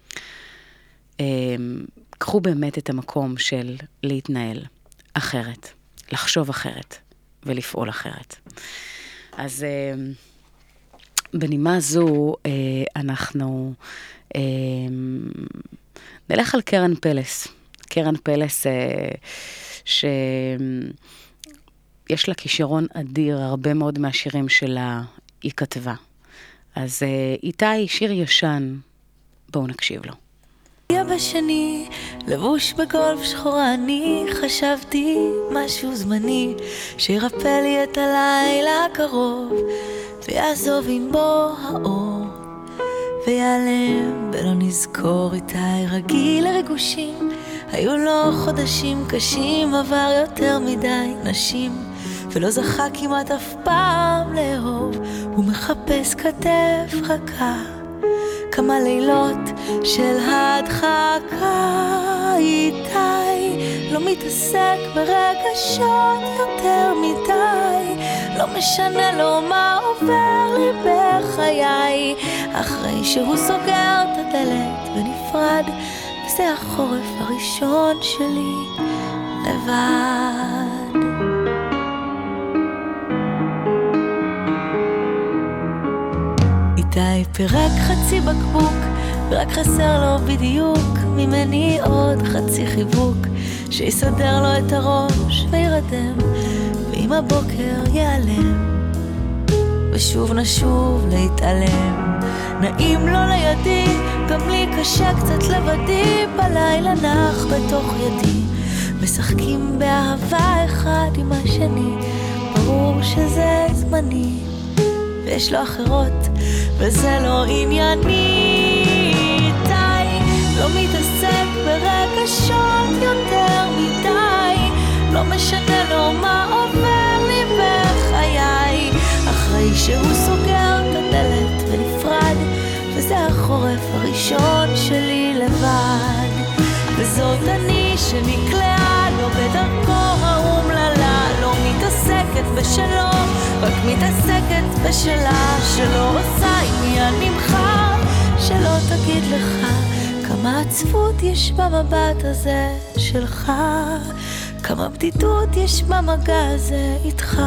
קחו באמת את המקום של להתנהל אחרת, לחשוב אחרת ולפעול אחרת. אז בנימה זו אנחנו נלך על קרן פלס. קרן פלס שיש לה כישרון אדיר, הרבה מאוד מהשירים שלה היא כתבה. אז איתי, שיר ישן, בואו נקשיב לו. בשני, לבוש בגולף שחורה, אני חשבתי משהו זמני שירפא לי את הלילה הקרוב ויעזוב עם בו האור ויעלם ולא נזכור איתי. רגיל לרגושים, היו לו חודשים קשים, עבר יותר מדי נשים ולא זכה כמעט אף פעם לאהוב. הוא מחפש כתף רכה, כמה לילות של הדחקה. איתי לא מתעסק ברגשות יותר מדי, לא משנה לו מה עובר לי בחיי. אחרי שהוא סוגר את הדלת ונפרד, וזה החורף הראשון שלי לבד. איתי פירק חצי בקבוק, ורק חסר לו בדיוק ממני עוד חצי חיבוק, שיסדר לו את הראש וירדם, ועם הבוקר ייעלם, ושוב נשוב להתעלם. נעים לו לידי, גם לי קשה קצת לבדי, בלילה נח בתוך ידי, משחקים באהבה אחד עם השני, ברור שזה זמני, ויש לו אחרות, וזה לא ענייני. איתי לא מתעסק ברגשות יותר מדי, לא משנה לו מה עובר לי בחיי. אחרי שהוא סוגר את הדלת ונפרד, וזה החורף הראשון שלי לבד. וזאת אני שנקלעה לו בדרכו האומללה, לא מתעסקת בשלו, רק מתעסקת בשלה, שלא עושה עניין ממך, שלא תגיד לך כמה עצבות יש במבט הזה שלך, כמה בדידות יש במגע הזה איתך.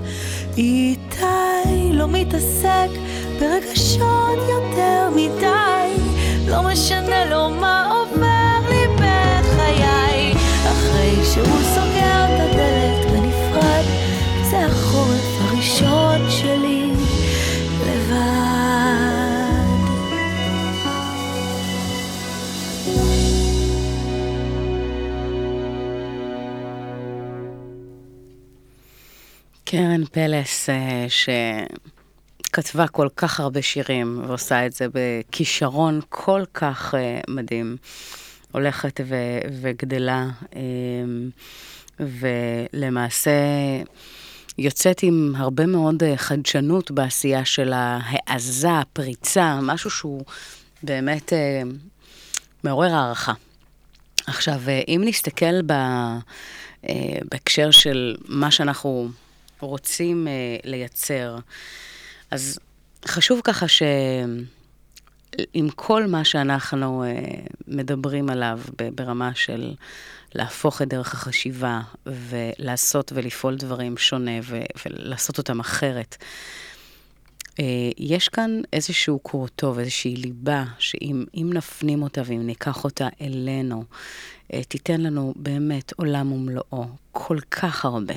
איתי לא מתעסק ברגשות יותר מדי, לא משנה לו מה עובר לי בחיי. אחרי שהוא סוגר את הדלת ונפרד, זה החורף הראשון שלי לבד. קרן פלס שכתבה כל כך הרבה שירים ועושה את זה בכישרון כל כך מדהים. הולכת וגדלה, ולמעשה יוצאת עם הרבה מאוד חדשנות בעשייה של ההעזה, הפריצה, משהו שהוא באמת מעורר הערכה. עכשיו, אם נסתכל בהקשר של מה שאנחנו רוצים לייצר, אז חשוב ככה שעם כל מה שאנחנו מדברים עליו ברמה של להפוך את דרך החשיבה ולעשות ולפעול דברים שונה ולעשות אותם אחרת, יש כאן איזשהו קור טוב, איזושהי ליבה, שאם נפנים אותה ואם ניקח אותה אלינו, תיתן לנו באמת עולם ומלואו, כל כך הרבה.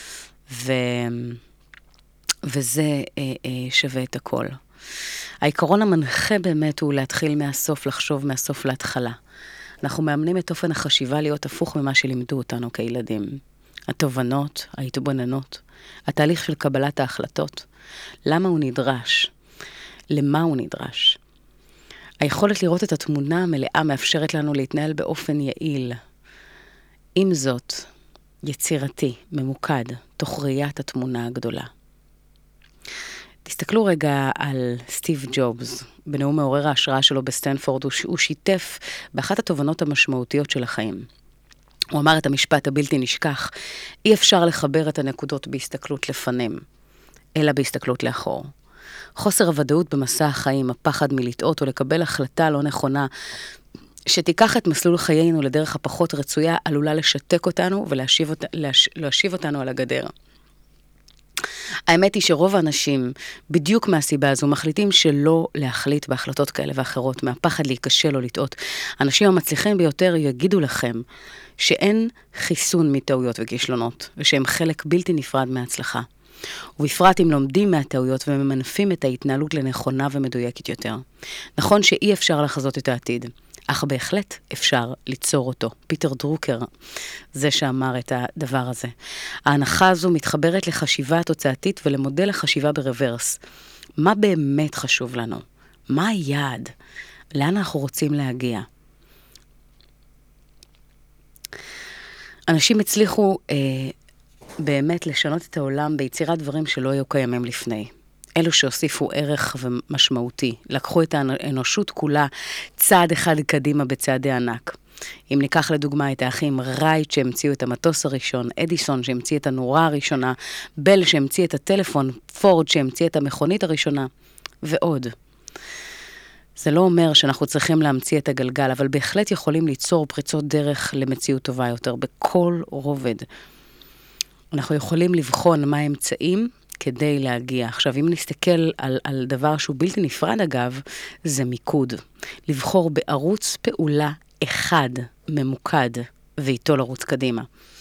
וזה שווה את הכל. העיקרון המנחה באמת הוא להתחיל מהסוף, לחשוב מהסוף להתחלה. אנחנו מאמנים את אופן החשיבה להיות הפוך ממה שלימדו אותנו כילדים. התובנות, ההתבוננות, התהליך של קבלת ההחלטות. למה הוא נדרש? למה הוא נדרש? היכולת לראות את התמונה המלאה מאפשרת לנו להתנהל באופן יעיל. עם זאת, יצירתי, ממוקד, תוך ראיית התמונה הגדולה. תסתכלו רגע על סטיב ג'ובס, בנאום מעורר ההשראה שלו בסטנפורד, הוא שיתף באחת התובנות המשמעותיות של החיים. הוא אמר את המשפט הבלתי נשכח, אי אפשר לחבר את הנקודות בהסתכלות לפנים, אלא בהסתכלות לאחור. חוסר הוודאות במסע החיים, הפחד מלטעות או לקבל החלטה לא נכונה, שתיקח את מסלול חיינו לדרך הפחות רצויה, עלולה לשתק אותנו ולהשיב אותנו על הגדר. האמת היא שרוב האנשים, בדיוק מהסיבה הזו, מחליטים שלא להחליט בהחלטות כאלה ואחרות, מהפחד להיכשל או לטעות. האנשים המצליחים ביותר יגידו לכם שאין חיסון מטעויות וכישלונות, ושהם חלק בלתי נפרד מההצלחה. ובפרט אם לומדים מהטעויות וממנפים את ההתנהלות לנכונה ומדויקת יותר. נכון שאי אפשר לחזות את העתיד, אך בהחלט אפשר ליצור אותו. פיטר דרוקר, זה שאמר את הדבר הזה. ההנחה הזו מתחברת לחשיבה התוצאתית ולמודל החשיבה ברוורס. מה באמת חשוב לנו? מה היעד? לאן אנחנו רוצים להגיע? אנשים הצליחו באמת לשנות את העולם ביצירת דברים שלא היו קיימים לפני. אלו שהוסיפו ערך ומשמעותי, לקחו את האנושות כולה צעד אחד קדימה בצעדי ענק. אם ניקח לדוגמה את האחים רייט שהמציאו את המטוס הראשון, אדיסון שהמציא את הנורה הראשונה, בל שהמציא את הטלפון, פורד שהמציא את המכונית הראשונה, ועוד. זה לא אומר שאנחנו צריכים להמציא את הגלגל, אבל בהחלט יכולים ליצור פריצות דרך למציאות טובה יותר, בכל רובד. אנחנו יכולים לבחון מה האמצעים כדי להגיע. עכשיו, אם נסתכל על דבר שהוא בלתי נפרד אגב, זה מיקוד. לבחור בערוץ פעולה אחד, ממוקד, ואיתו לרוץ קדימה.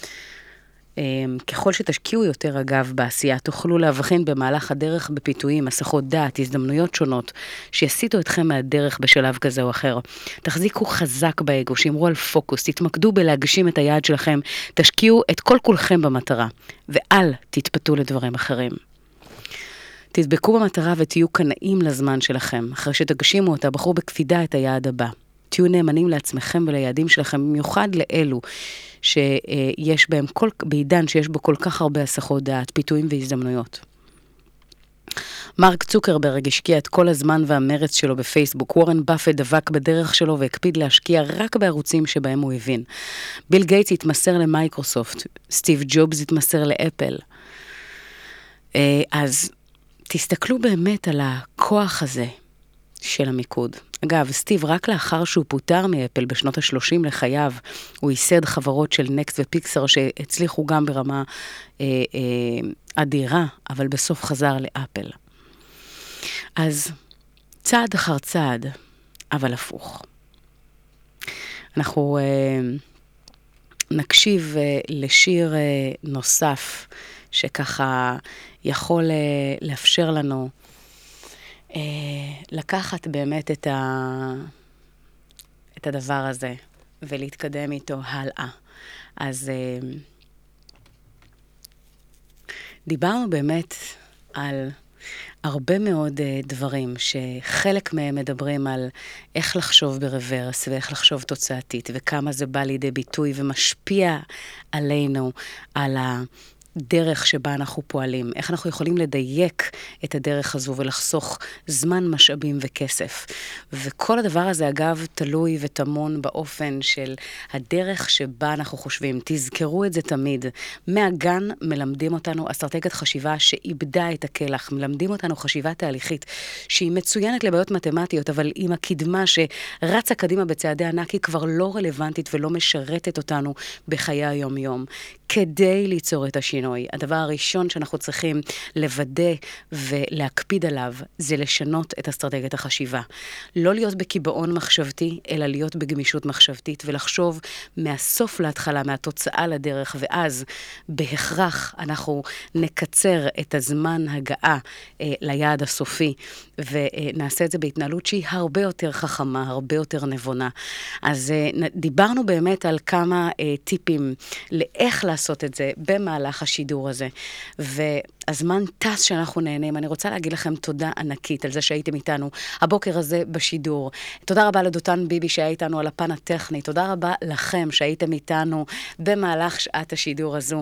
ככל שתשקיעו יותר אגב בעשייה, תוכלו להבחין במהלך הדרך בפיתויים, הסחות דעת, הזדמנויות שונות, שיסיטו אתכם מהדרך בשלב כזה או אחר. תחזיקו חזק באגו, שימרו על פוקוס, תתמקדו בלהגשים את היעד שלכם, תשקיעו את כל כולכם במטרה, ואל תתפתו לדברים אחרים. תדבקו במטרה ותהיו קנאים לזמן שלכם, אחרי שתגשימו אותה, בחרו בקפידה את היעד הבא. תהיו נאמנים לעצמכם וליעדים שלכם, במיוחד לאלו שיש בהם בעידן שיש בו כל כך הרבה הסחות דעת, פיתויים והזדמנויות. מרק צוקרברג השקיע את כל הזמן והמרץ שלו בפייסבוק, וורן באפט דבק בדרך שלו והקפיד להשקיע רק בערוצים שבהם הוא הבין. ביל גייטס התמסר למייקרוסופט, סטיב ג'ובס התמסר לאפל. אז תסתכלו באמת על הכוח הזה של המיקוד. אגב, סטיב, רק לאחר שהוא פוטר מאפל בשנות ה-30 לחייו, הוא ייסד חברות של נקסט ופיקסר שהצליחו גם ברמה אדירה, אבל בסוף חזר לאפל. אז צעד אחר צעד, אבל הפוך. אנחנו נקשיב לשיר נוסף, שככה יכול לאפשר לנו לקחת באמת את הדבר הזה ולהתקדם איתו הלאה. אז דיברנו באמת על הרבה מאוד דברים שחלק מהם מדברים על איך לחשוב ברוורס ואיך לחשוב תוצאתית וכמה זה בא לידי ביטוי ומשפיע עלינו, על הדרך שבה אנחנו פועלים, איך אנחנו יכולים לדייק את הדרך הזו ולחסוך זמן, משאבים וכסף. וכל הדבר הזה אגב תלוי וטמון באופן של הדרך שבה אנחנו חושבים. תזכרו את זה תמיד. מהגן מלמדים אותנו אסטרטגיית חשיבה שאיבדה את הכלח, מלמדים אותנו חשיבה תהליכית שהיא מצוינת לבעיות מתמטיות, אבל עם הקדמה שרצה קדימה בצעדי ענק היא כבר לא רלוונטית ולא משרתת אותנו בחיי היום-יום. כדי ליצור את השינוי, הדבר הראשון שאנחנו צריכים לוודא ולהקפיד עליו, זה לשנות את אסטרטגיית החשיבה. לא להיות בקיבעון מחשבתי, אלא להיות בגמישות מחשבתית, ולחשוב מהסוף להתחלה, מהתוצאה לדרך, ואז בהכרח אנחנו נקצר את הזמן הגעה ליעד הסופי, ונעשה את זה בהתנהלות שהיא הרבה יותר חכמה, הרבה יותר נבונה. אז דיברנו באמת על כמה טיפים לאיך לעשות את זה במהלך השידור הזה, והזמן טס שאנחנו נהנים. אני רוצה להגיד לכם תודה ענקית על זה שהייתם איתנו הבוקר הזה בשידור. תודה רבה לדותן ביבי שהיה איתנו על הפן הטכני, תודה רבה לכם שהייתם איתנו במהלך שעת השידור הזו,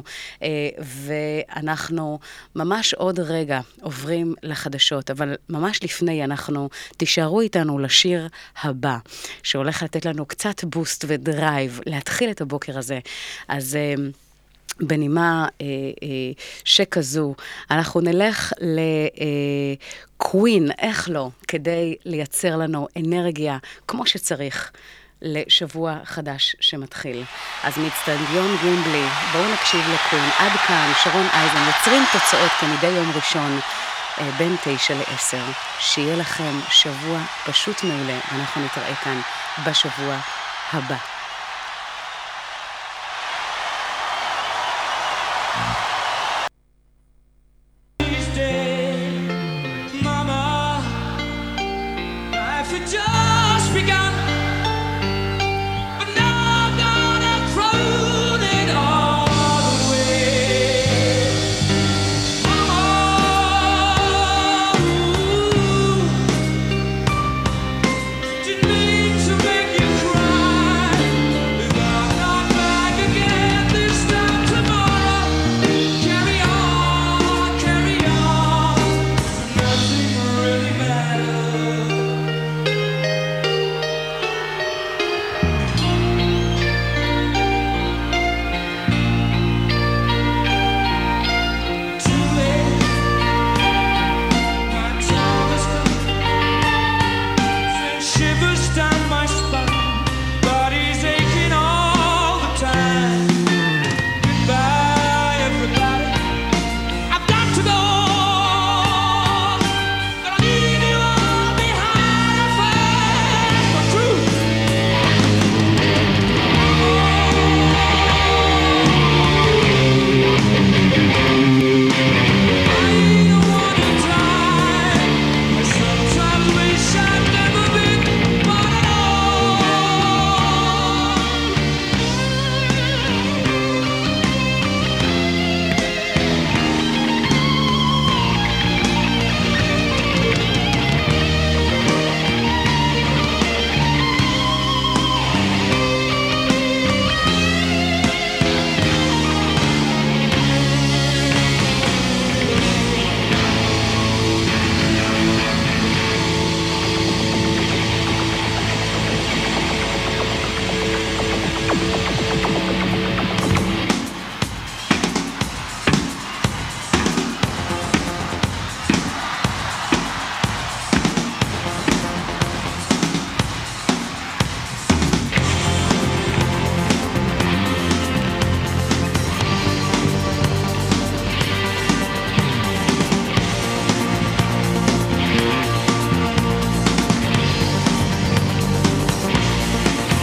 ואנחנו ממש עוד רגע עוברים לחדשות, אבל ממש לפני אנחנו תישארו איתנו לשיר הבא, שהולך לתת לנו קצת בוסט ודרייב, להתחיל את הבוקר הזה. אז בנימה שכזו, אנחנו נלך לקווין, איך לא, כדי לייצר לנו אנרגיה כמו שצריך לשבוע חדש שמתחיל. אז מאצטדיון גווימבלי, בואו נקשיב לקווין. עד כאן, שרון אייזן, יוצרים תוצאות כמדי יום ראשון בין 9 ל-10. שיהיה לכם שבוע פשוט מעולה, ואנחנו נתראה כאן בשבוע הבא.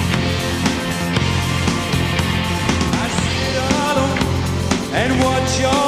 and watch your